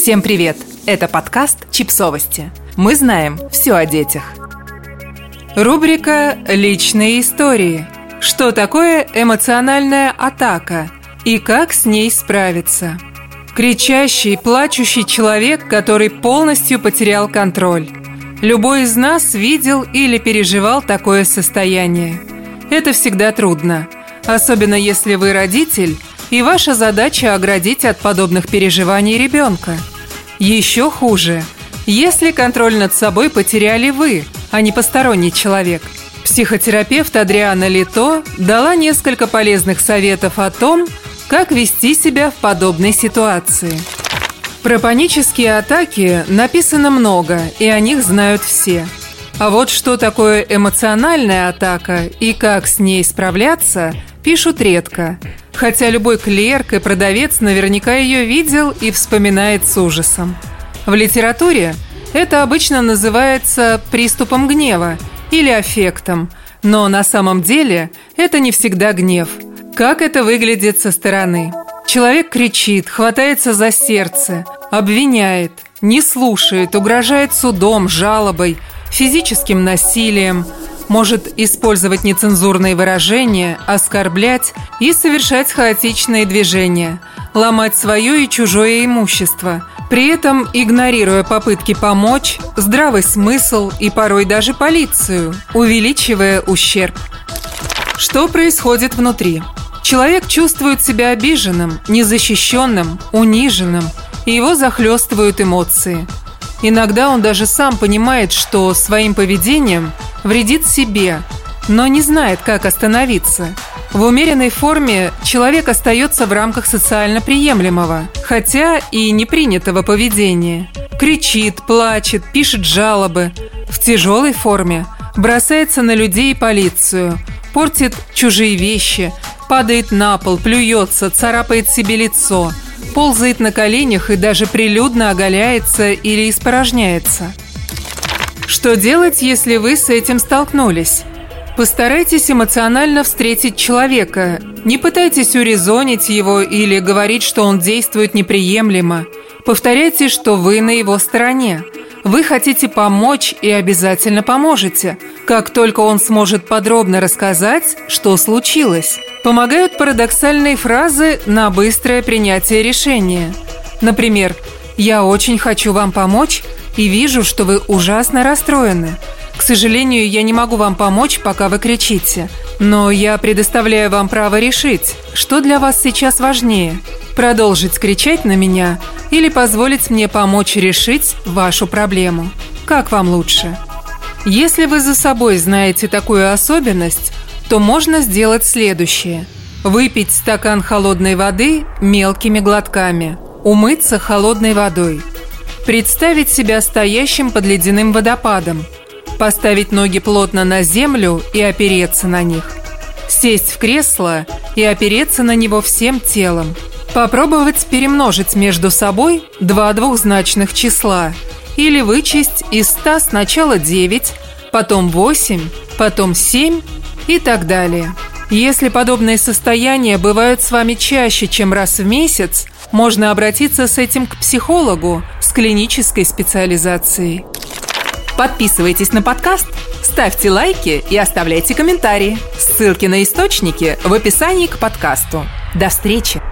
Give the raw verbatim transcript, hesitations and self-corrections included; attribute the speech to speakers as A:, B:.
A: Всем привет! Это подкаст «Чипсовости». Мы знаем все о детях. Рубрика «Личные истории». Что такое эмоциональная атака и как с ней справиться? Кричащий, плачущий человек, который полностью потерял контроль. Любой из нас видел или переживал такое состояние. Это всегда трудно, особенно если вы родитель, и ваша задача оградить от подобных переживаний ребенка. Еще хуже, если контроль над собой потеряли вы, а не посторонний человек. Психотерапевт Адриана Лито дала несколько полезных советов о том, как вести себя в подобной ситуации. Про панические атаки написано много, и о них знают все. А вот что такое эмоциональная атака и как с ней справляться, пишут редко. Хотя любой клерк и продавец наверняка ее видел и вспоминает с ужасом. В литературе это обычно называется приступом гнева или аффектом, но на самом деле это не всегда гнев. Как это выглядит со стороны? Человек кричит, хватается за сердце, обвиняет, не слушает, угрожает судом, жалобой, физическим насилием, может использовать нецензурные выражения, оскорблять и совершать хаотичные движения, ломать свое и чужое имущество, при этом игнорируя попытки помочь, здравый смысл и порой даже полицию, увеличивая ущерб. Что происходит внутри? Человек чувствует себя обиженным, незащищенным, униженным, и его захлестывают эмоции. Иногда он даже сам понимает, что своим поведением вредит себе, но не знает, как остановиться. В умеренной форме человек остается в рамках социально приемлемого, хотя и непринятого поведения. Кричит, плачет, пишет жалобы. В тяжелой форме бросается на людей и полицию, портит чужие вещи, падает на пол, плюется, царапает себе лицо, ползает на коленях и даже прилюдно оголяется или испорожняется. Что делать, если вы с этим столкнулись? Постарайтесь эмоционально встретить человека. Не пытайтесь урезонить его или говорить, что он действует неприемлемо. Повторяйте, что вы на его стороне. Вы хотите помочь и обязательно поможете, как только он сможет подробно рассказать, что случилось. Помогают парадоксальные фразы на быстрое принятие решения. Например, «Я очень хочу вам помочь и вижу, что вы ужасно расстроены. К сожалению, я не могу вам помочь, пока вы кричите. Но я предоставляю вам право решить, что для вас сейчас важнее – продолжить кричать на меня или позволить мне помочь решить вашу проблему. Как вам лучше?» Если вы за собой знаете такую особенность, то можно сделать следующее. Выпить стакан холодной воды мелкими глотками. Умыться холодной водой. Представить себя стоящим под ледяным водопадом. Поставить ноги плотно на землю и опереться на них. Сесть в кресло и опереться на него всем телом. Попробовать перемножить между собой два двухзначных числа или вычесть из ста сначала девять, потом восемь, потом семь и так далее. Если подобные состояния бывают с вами чаще, чем раз в месяц, можно обратиться с этим к психологу с клинической специализацией. Подписывайтесь на подкаст, ставьте лайки и оставляйте комментарии. Ссылки на источники в описании к подкасту. До встречи!